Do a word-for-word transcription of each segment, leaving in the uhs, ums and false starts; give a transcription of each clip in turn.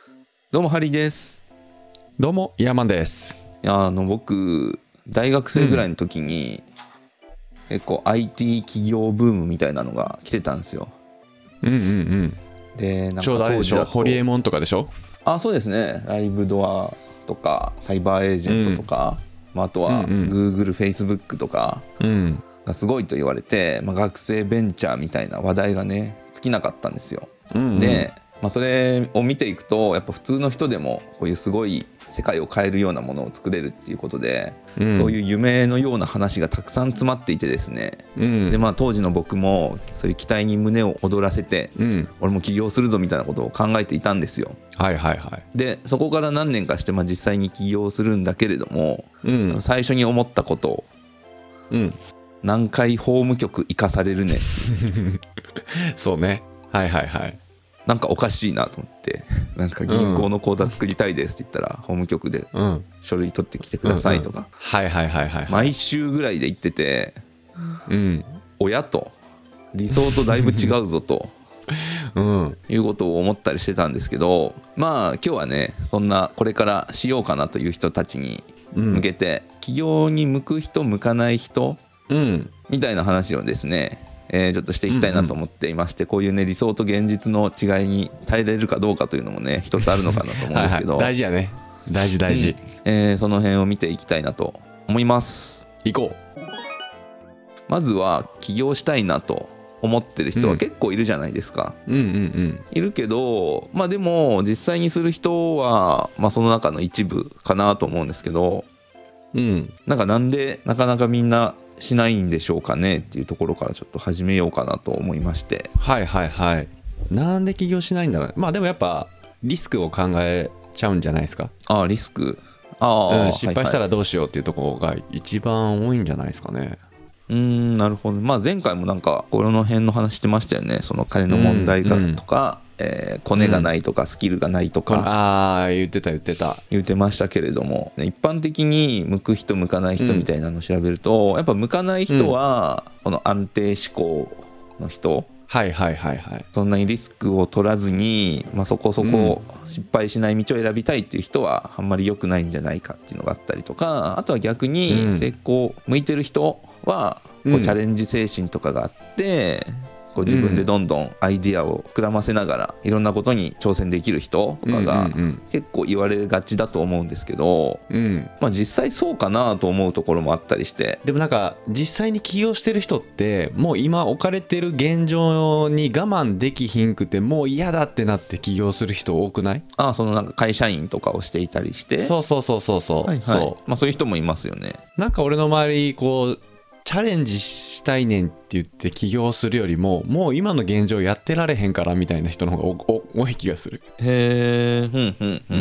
どうもハリーです。 どうもイヤーマンです。 いやあの僕大学生ぐらいの時に、うん、結構 アイティー 企業ブームみたいなのが来てたんですよ。 うんうんうん。 でなんかちょうどあれでしょ、ホリエモンとかでしょ。 あ、そうですね。ライブドアとかサイバーエージェントとか、うんまあ、あとは Google、Facebook とかがすごいと言われて、まあ、学生ベンチャーみたいな話題がね尽きなかったんですよ。うんうん、で、まあ、それを見ていくとやっぱ普通の人でもこういうすごい世界を変えるようなものを作れるっていうことで、うん、そういう夢のような話がたくさん詰まっていてですね、うん、でまあ当時の僕もそういう期待に胸を躍らせて、うん、俺も起業するぞみたいなことを考えていたんですよ。 はいはいはい。 でそこから何年かして、まあ、実際に起業するんだけれども、うん、最初に思ったことを、うん、何回法務局行かされるねそうね、はいはいはい。 なんかおかしいなと思って、なんか銀行の口座作りたいですって言ったら、うん、法務局で書類取ってきてくださいとか、 はいはいはいはい、 毎週ぐらいで行ってて、うん、親と理想とだいぶ違うぞと、うん、いうことを思ったりしてたんですけど、まあ今日はねそんなこれからしようかなという人たちに向けて、うん、起業に向く人向かない人、うん、みたいな話をですねえー、ちょっとしていきたいなと思っていまして、うんうん、こういうね理想と現実の違いに耐えれるかどうかというのもね一つあるのかなと思うんですけどはい、 はい、大事やね、大事大事、 うんえー、その辺を見ていきたいなと思います。 行こう。 まずは起業したいなと思ってる人は結構いるじゃないですか、うんうんうんうん、いるけどまあでも実際にする人は、まあ、その中の一部かなと思うんですけど、うん、なんかなんでなかなかみんなしないんでしょうかねっていうところからちょっと始めようかなと思いまして。 はいはいはい。なんで起業しないんだろう。まあでもやっぱリスクを考えちゃうんじゃないですか。 ああリスクああ、 うん、失敗したらどうしようっていうところが一番多いんじゃないですかね。 うーんなるほど。まあ前回もなんかこの辺の話してましたよね。その金の問題がとか、うんうんえー、コネがないとかスキルがないとか、うん、 ああ言ってた言ってた言ってましたけれども、一般的に向く人向かない人みたいなのを調べると、うん、やっぱ向かない人はこの安定志向の人、 はいはいはいはい、 そんなにリスクを取らずに、まあ、そこそこ失敗しない道を選びたいっていう人はあんまり良くないんじゃないかっていうのがあったりとか、あとは逆に成功向いてる人はこうチャレンジ精神とかがあってこう自分でどんどんアイディアを膨らませながらいろんなことに挑戦できる人とかが結構言われがちだと思うんですけど、うんまあ、実際そうかなと思うところもあったりして、 でもなんか実際に起業してる人ってもう今置かれてる現状に我慢できひんくてもう嫌だってなって起業する人多くない？ ああそのなんか会社員とかをしていたりして、 そうそうそうそうそう、はいはい、そう、 まあ、そういう人もいますよね。 なんか俺の周りこうチャレンジしたいねんって言って起業するよりももう今の現状やってられへんからみたいな人の方が多い気がする。 へー、うんうんうん、うん、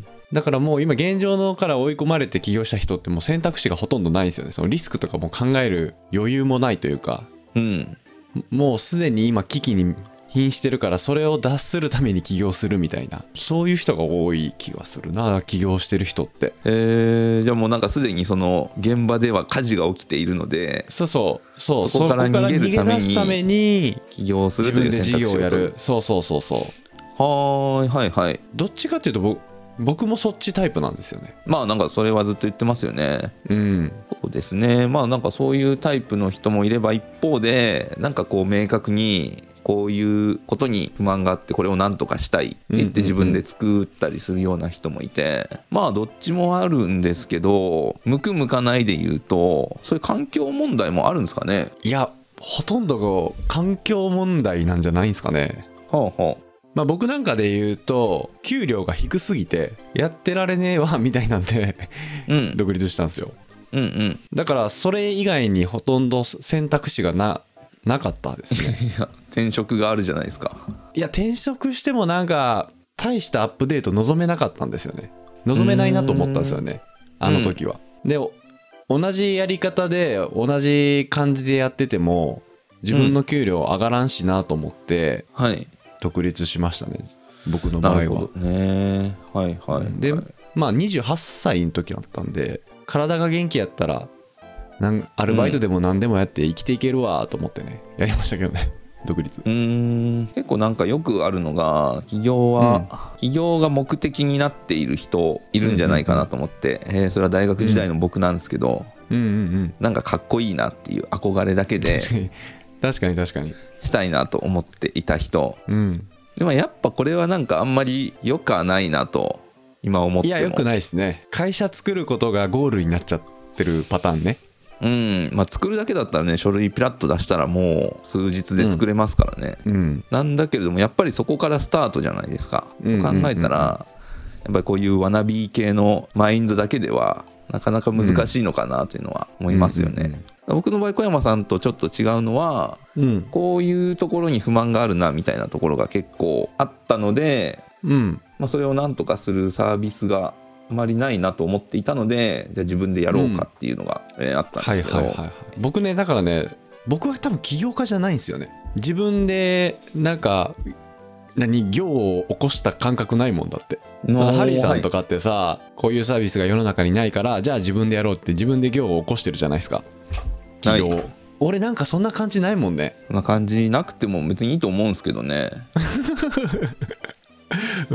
だからもう今現状のから追い込まれて起業した人ってもう選択肢がほとんどないんですよね。そのリスクとかも考える余裕もないというか、うん、もうすでに今危機に瀕してるからそれを脱するために起業するみたいな、そういう人が多い気がするな、起業してる人って。 えー、じゃあもうなんかすでにその現場では火事が起きているので、 そうそうそう、 そこから逃げるために逃げ出すために起業するという選択肢を自分で事業をやる。そうそうそうそう。 はーいはいはい。 どっちかっていうと僕僕もそっちタイプなんですよね。 まあなんかそれはずっと言ってますよね。うん。そうですね。まあなんかそういうタイプの人もいれば、一方でなんかこう明確にこういうことに不満があってこれを何とかしたいって言って自分で作ったりするような人もいて、まあどっちもあるんですけど、向く向かないで言うとそういう環境問題もあるんですかね。 いやほとんどが環境問題なんじゃないんですかね。 はあはあ。 まあ、僕なんかで言うと給料が低すぎてやってられねえわみたいなんで、うん、独立したんですよ、うんうん、だからそれ以外にほとんど選択肢が な, なかったですねいや転職があるじゃないですか。 いや転職してもなんか大したアップデート望めなかったんですよね。望めないなと思ったんですよねあの時は、うん、で同じやり方で同じ感じでやってても自分の給料上がらんしなと思って、うん、はい独立しましたね僕の場合は。なるほどね。はいはい、はい、でまあにじゅうはっさいの時だったんで体が元気やったらなんアルバイトでも何でもやって生きていけるわと思ってね、やりましたけどね。 独立。 うーん結構なんかよくあるのが起業は、うん、起業が目的になっている人いるんじゃないかなと思って、うんうんうん、えー、それは大学時代の僕なんですけど、うんうんうん、なんかかっこいいなっていう憧れだけで確かに確かにしたいなと思っていた人、うん、でもやっぱこれはなんかあんまり良くはないなと今思っても。 いや良くないですね。会社作ることがゴールになっちゃってるパターンね。 うんまあ、作るだけだったらね書類ピラッと出したらもう数日で作れますからね、うん、なんだけれどもやっぱりそこからスタートじゃないですか、うん、考えたらやっぱりこういうワナビー系のマインドだけではなかなか難しいのかなというのは思いますよね、うんうんうん、僕の場合小山さんとちょっと違うのは、うん、こういうところに不満があるなみたいなところが結構あったので、うんまあ、それをなんとかするサービスがあまりないなと思っていたのでじゃあ自分でやろうかっていうのが、うんえー、あったんですけど、はいはいはいはい、 僕ねだからね僕は多分起業家じゃないんですよね。自分でなんか何業を起こした感覚ないもんだって。ハリーさんとかってさ、はい、こういうサービスが世の中にないからじゃあ自分でやろうって自分で業を起こしてるじゃないですか起業、はい、俺なんかそんな感じないもんね。 そんな感じなくても別にいいと思うんですけどねうん、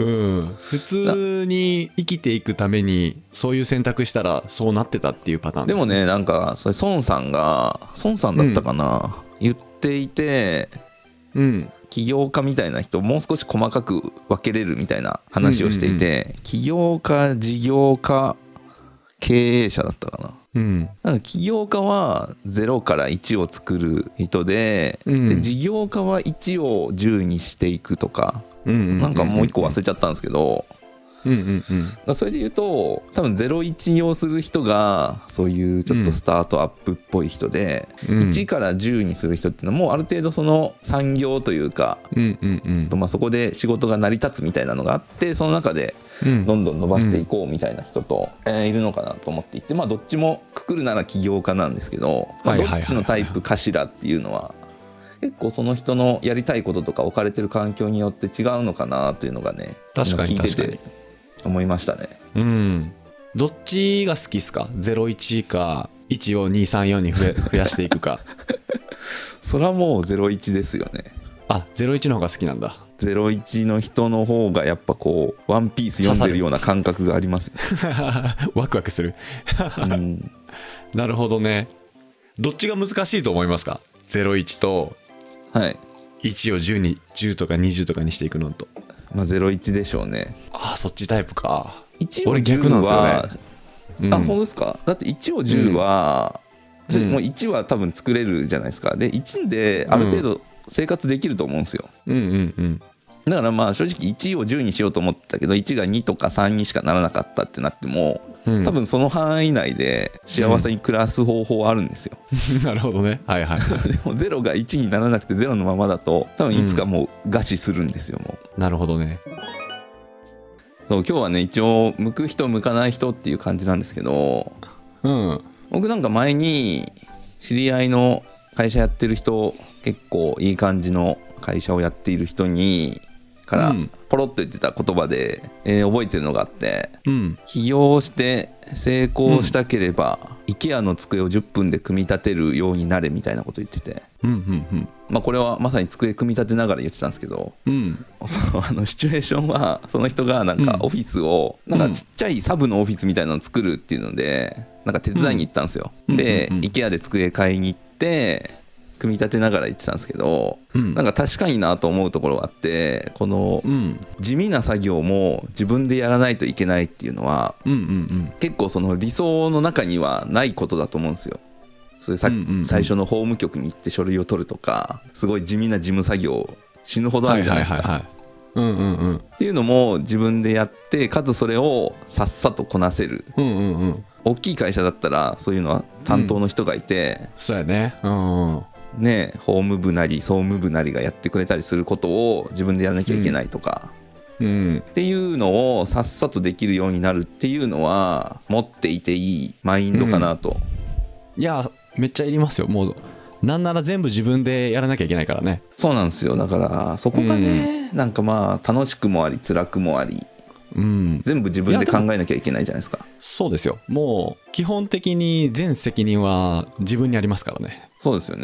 普通に生きていくためにそういう選択したらそうなってたっていうパターンです、ね、 でもねなんかそれ孫さんが孫さんだったかな、うん、言っていて、うん、起業家みたいな人もう少し細かく分けれるみたいな話をしていて、うんうんうん、起業家事業家経営者だったかな、うん、なんか起業家はゼロからいちを作る人 で,、うん、で事業家はいちをじゅうにしていくとかなんかもう一個忘れちゃったんですけど、うんうんうん、それで言うと多分ゼロイチをする人がそういうちょっとスタートアップっぽい人で、うん、いちからじゅうにする人っていうのはもうある程度その産業というか、うんうんうんとまあ、そこで仕事が成り立つみたいなのがあってその中でどんどん伸ばしていこうみたいな人と、うんえー、いるのかなと思っていて、まあ、どっちもくくるなら起業家なんですけど、まあ、どっちのタイプかしらっていうのは結構その人のやりたいこととか置かれてる環境によって違うのかなというのがね確かに聞いてて思いましたね。 うんどっちが好きっすか？ゼロイチかいちをにさんよんに増やしていくかそれはもうゼロイチですよね。 あゼロイチの方が好きなんだ。 ゼロイチの人の方がやっぱこうワンピース読んでるような感覚がありますよワクワクする、うん、なるほどね。どっちが難しいと思いますか？ゼロイチとはいいちをじゅうに、じゅうとかにじゅうとかにしていくのと、 まあ、ゼロイチでしょうね。 ああそっちタイプか。 いちをじゅうは俺逆なんですよね、うん、あ本当ですか？だっていちをじゅうは、うん、もういちは多分作れるじゃないですか。でいちである程度生活できると思うんですよ、うんうんうんだからまあ正直いちをじゅうにしようと思ったけどいちがにとかさんにしかならなかったってなっても、うん、多分その範囲内で幸せに暮らす方法はあるんですよ、 うん、なるほどねはいはいでもゼロがいちにならなくてゼロのままだと多分いつかもう餓死するんですよ、もう。なるほどね。 そう今日はね一応向く人向かない人っていう感じなんですけど、うん、僕なんか前に知り合いの会社やってる人結構いい感じの会社をやっている人にからポロッと言ってた言葉で、えー、覚えてるのがあって、うん、起業して成功したければ、うん、IKEA の机をじゅっぷんで組み立てるようになれみたいなこと言ってて、うんうんうんまあ、これはまさに机組み立てながら言ってたんですけど、うん、そのあのシチュエーションはその人がなんかオフィスを、うん、なんかちっちゃいサブのオフィスみたいなのを作るっていうのでなんか手伝いに行ったんですよ、うん、で、うんうんうん、IKEA で机買いに行って組み立てながら言ってたんですけど、うん、なんか確かになと思うところがあってこの地味な作業も自分でやらないといけないっていうのは、うんうんうん、結構その理想の中にはないことだと思うんですよ。それさ、うんうんうん、最初の法務局に行って書類を取るとかすごい地味な事務作業死ぬほどあるじゃないですか。っていうのも自分でやってかつそれをさっさとこなせる、うんうんうん、大きい会社だったらそういうのは担当の人がいて、うん、 そうやね、うんうんね、法務部なり総務部なりがやってくれたりすることを自分でやらなきゃいけないとか、うんうん、っていうのをさっさとできるようになるっていうのは持っていていいマインドかなと、 うん、いやめっちゃいりますよ。もうなんなら全部自分でやらなきゃいけないからね。 そうなんですよ。だからそこがね、うん、なんかまあ楽しくもあり辛くもあり、うん、全部自分で考えなきゃいけないじゃないですか。 そうですよ。もう基本的に全責任は自分にありますからね。 そうですよね。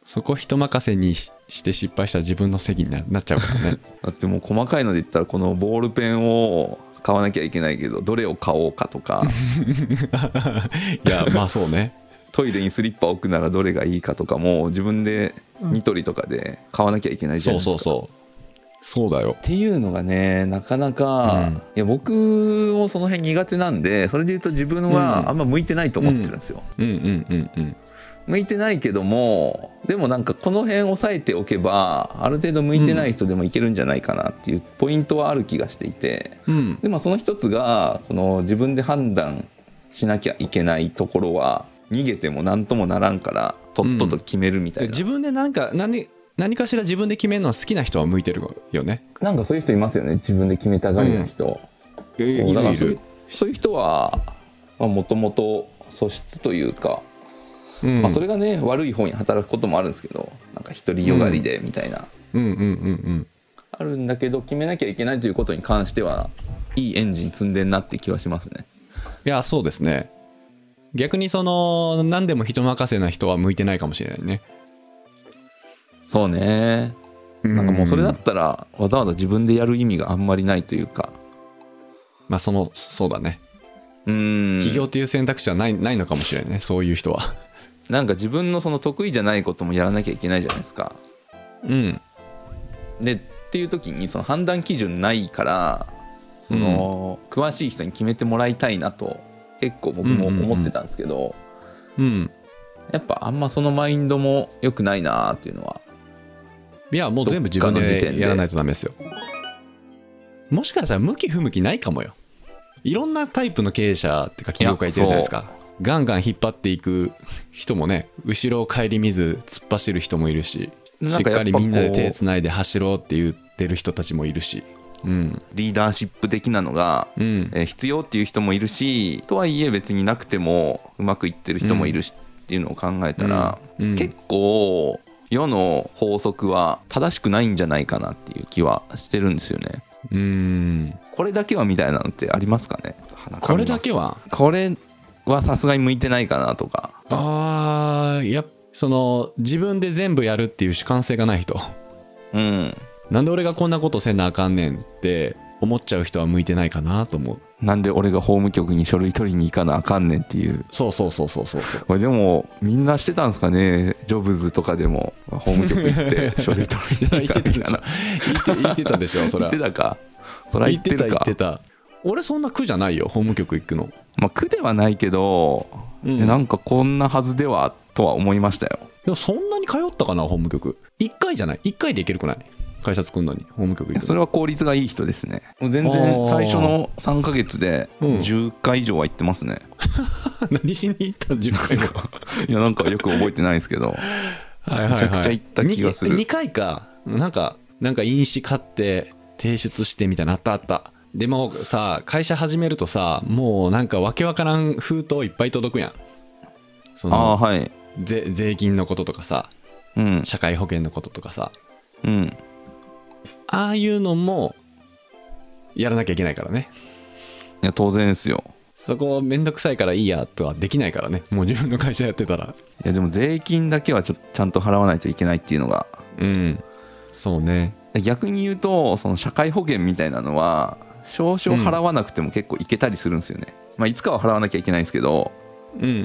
そこ人任せにして失敗したら自分の責任になっちゃうからねだってもう細かいので言ったらこのボールペンを買わなきゃいけないけどどれを買おうかとかいやまあそうねトイレにスリッパ置くならどれがいいかとかも自分でニトリとかで買わなきゃいけないじゃないですか。 そうそうそうそうだよっていうのがねなかなか、うん、いや僕もその辺苦手なんでそれで言うと自分はあんま向いてないと思ってるんですよ。 うんうんうんうん向いてないけどもでもなんかこの辺押さえておけばある程度向いてない人でもいけるんじゃないかなっていうポイントはある気がしていて、うん、でまあその一つがこの自分で判断しなきゃいけないところは逃げても何ともならんからとっとと決めるみたいな、うん、 自分でなんか 何, 何かしら自分で決めるのは好きな人は向いてるよね。 なんかそういう人いますよね自分で決めたがりな人、うん、そうだからそういう、そういう人はもともと素質というかうんまあ、それがね悪い方に働くこともあるんですけどなんか独りよがりでみたいな、 うんうんうんうんうんあるんだけど決めなきゃいけないということに関してはいいエンジン積んでんなって気はしますね。 いやそうですね。逆にその何でも人任せな人は向いてないかもしれないね。 そうねなんかもうそれだったらわざわざ自分でやる意味があんまりないというかまあそのそうだねうん起業という選択肢はない、ないのかもしれないねそういう人はなんか自分のその得意じゃないこともやらなきゃいけないじゃないですか。 うんでっていう時にその判断基準ないからその、うん、詳しい人に決めてもらいたいなと結構僕も思ってたんですけど、 うんうんうん、 やっぱあんまそのマインドも良くないなっていうのは。 いやもう全部自分でやらないとダメですよ。もしかしたら向き不向きないかもよ。いろんなタイプの経営者っていうか起業家いてるじゃないですか。ガンガン引っ張っていく人もね後ろを顧みず突っ走る人もいるししっかりみんなで手つないで走ろうって言ってる人たちもいるし、うん、 リーダーシップ的なのが、うんえー、必要っていう人もいるしとはいえ別になくてもうまくいってる人もいるし、うん、っていうのを考えたら、うんうん、結構世の法則は正しくないんじゃないかなっていう気はしてるんですよね。 うーんこれだけはみたいなのってありますかね。 これだけはこれはさすがに向いてないかなとか。 あーいやその自分で全部やるっていう主観性がない人、 うん、 なんで俺がこんなことせなあかんねんって思っちゃう人は向いてないかなと思う。 なんで俺が法務局に書類取りに行かなあかんねんっていう。 そうそうそうそうそうそう。 これでもみんなしてたんですかね。ジョブズとかでも法務局行って書類取りに行かなきゃな言ってたでしょそれは。 言ってたか。それは言ってるか。 言ってた言ってた。俺そんな苦じゃないよ法務局行くの。 まあ苦ではないけど、うん、なんかこんなはずではとは思いましたよ。 でもそんなに通ったかな法務局。いっかいじゃない。いっかいで行けるくない。会社作るのに法務局行くの。 それは効率がいい人ですね。もう全然最初のさんかげつでじゅっかい以上は行ってますね、 うん、何しに行ったじゅっかいかいやなんかよく覚えてないですけどはいはい、はい、めちゃくちゃ行った気がする。 2, にかいかなんかなんか印紙買って提出してみたいなあったあった。でもさ会社始めるとさもうなんかわけわからん封筒いっぱい届くやん。そのあ、はい、 税金のこととかさ、うん、社会保険のこととかさ、 うん、 ああいうのもやらなきゃいけないからね。 いや当然ですよ。 そこめんどくさいからいいやとはできないからね。もう自分の会社やってたら。 いやでも税金だけはちょちゃんと払わないといけないっていうのが、 うんそうね。 逆に言うとその社会保険みたいなのは少々払わなくても結構いけたりするんですよね、うんまあ、いつかは払わなきゃいけないんですけど、 うんうんうんうん、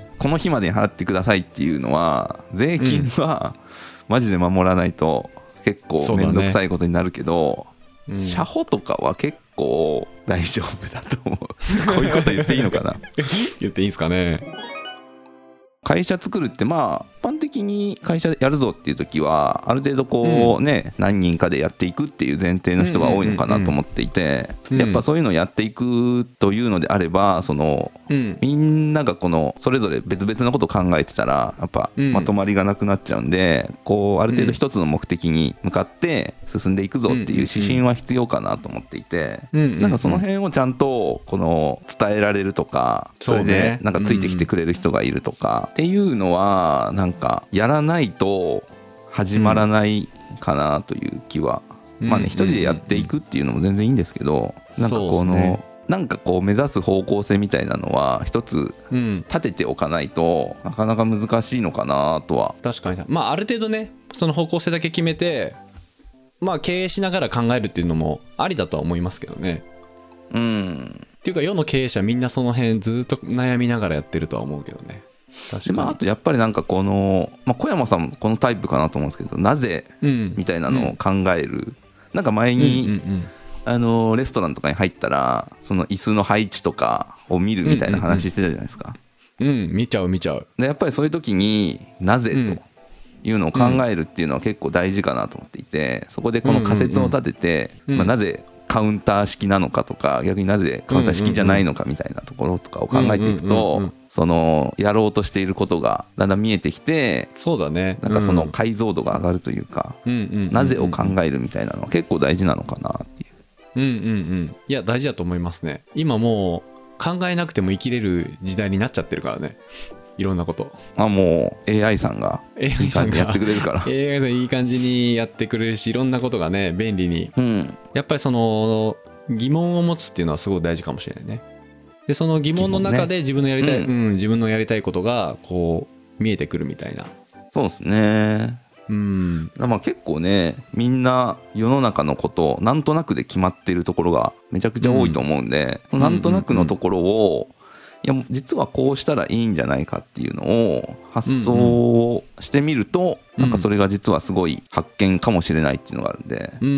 この日までに払ってくださいっていうのは税金はマジで守らないと結構めんどくさいことになるけど、うん、社保とかは結構大丈夫だと思うこういうこと言っていいのかな言っていいんですかね。 会社作るってまあ一般的に会社やるぞっていう時はある程度こうね、うん、何人かでやっていくっていう前提の人が多いのかなと思っていて、やっぱそういうのをやっていくというのであればその、うん、みんながこのそれぞれ別々のことを考えてたらやっぱまとまりがなくなっちゃうんで、こうある程度一つの目的に向かって進んでいくぞっていう指針は必要かなと思っていて、なんかその辺をちゃんとこの伝えられるとかそれでなんかついてきてくれる人がいるとかっていうのはなんかやらないと始まらないかなという気は、まあね一人でやっていくっていうのも全然いいんですけど、なんかこのなんかこう目指す方向性みたいなのは一つ立てておかないとなかなか難しいのかなとは。 確かに。まあある程度ねその方向性だけ決めてまあ経営しながら考えるっていうのもありだとは思いますけどね。 うんっていうか世の経営者みんなその辺ずっと悩みながらやってるとは思うけどね。確かに。 まあ、あとやっぱりなんかこの、まあ、小山さんもこのタイプかなと思うんですけど、なぜ、うん、みたいなのを考える、うん、なんか前に、うんうんうん、あのレストランとかに入ったらその椅子の配置とかを見るみたいな話してたじゃないですか。 うん、うんうん、見ちゃう見ちゃう。 でやっぱりそういう時になぜというのを考えるっていうのは結構大事かなと思っていて、そこでこの仮説を立てて、うんうんうん、まあ、なぜカウンター式なのかとか逆になぜカウンター式じゃないのかみたいなところとかを考えていくと、そのやろうとしていることがだんだん見えてきて、 そうだね、 なんかその解像度が上がるというか、なぜを考えるみたいなのは結構大事なのかなっていう。 うんうんうん、いや大事だと思いますね。今もう考えなくても生きれる時代になっちゃってるからね、いろんなこと。 あもう エーアイ さんがいい感じにやってくれるからエーアイ さんいい感じにやってくれるし、いろんなことがね便利に、うん、やっぱりその疑問を持つっていうのはすごい大事かもしれないね。でその疑問の中で自分のやりたい、ね、うんうん、自分のやりたいことがこう見えてくるみたいな。 そうですね。うん、まあ結構ねみんな世の中のことなんとなくで決まってるところがめちゃくちゃ多いと思うんで、うん、なんとなくのところを、いや実はこうしたらいいんじゃないかっていうのを発想してみると、うんうん、なんかそれが実はすごい発見かもしれないっていうのがあるんで、うん、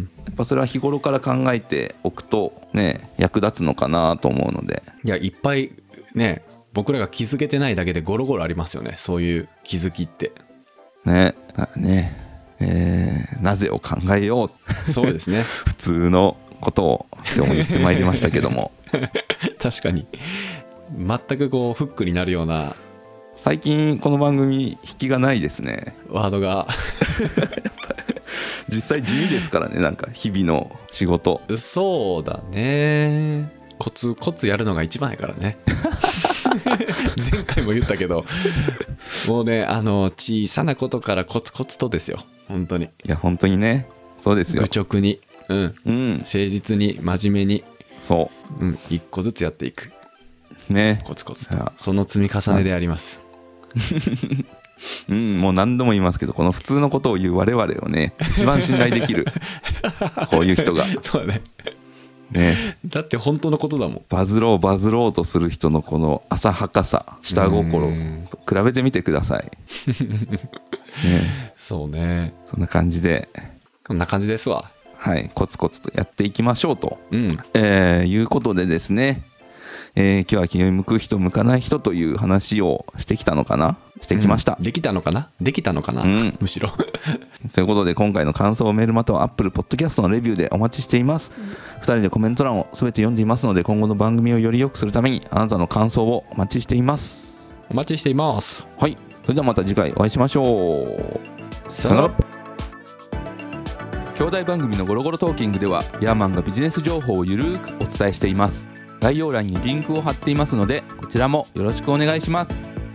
やっぱそれは日頃から考えておくとね役立つのかなと思うので。 いやいっぱいね僕らが気づけてないだけでゴロゴロありますよね、そういう気づきってね。だからね、えー、なぜを考えようそうですね普通のことを今日も言ってまいりましたけども確かに全くこうフックになるような。 最近この番組引きがないですね、 ワードがやっぱ実際地味ですからね、なんか日々の仕事。 そうだね、コツコツやるのが一番やからね前回も言ったけどもうねあの小さなことからコツコツとですよ本当に。いや本当にねそうですよ。 愚直に、うんうん、誠実に真面目に、 そう、 うん、一個ずつやっていくね、 コツコツとその積み重ねでありますうん、もう何度も言いますけどこの普通のことを言う我々をね一番信頼できるこういう人がそうだねね、 だって本当のことだもん。 バズろうバズろうとする人のこの浅はかさ下心と比べてみてください、ね、 そうね、 そんな感じでこんな感じですわ。 はい、コツコツとやっていきましょうと、うん、えー、いうことでですね、えー、今日は気を向く人向かない人という話をしてきたのかなしてきました、 うん、できたのかなできたのかな、うん、むしろということで今回の感想をメールまたは Apple Podcast のレビューでお待ちしています、うん、ふたりでコメント欄を全て読んでいますので今後の番組をより良くするためにあなたの感想をお待ちしています。 お待ちしています。 はい、それではまた次回お会いしましょう。さよなら。兄弟番組のゴロゴロトーキングではヤーマンがビジネス情報をゆるーくお伝えしています。概要欄にリンクを貼っていますのでこちらもよろしくお願いします。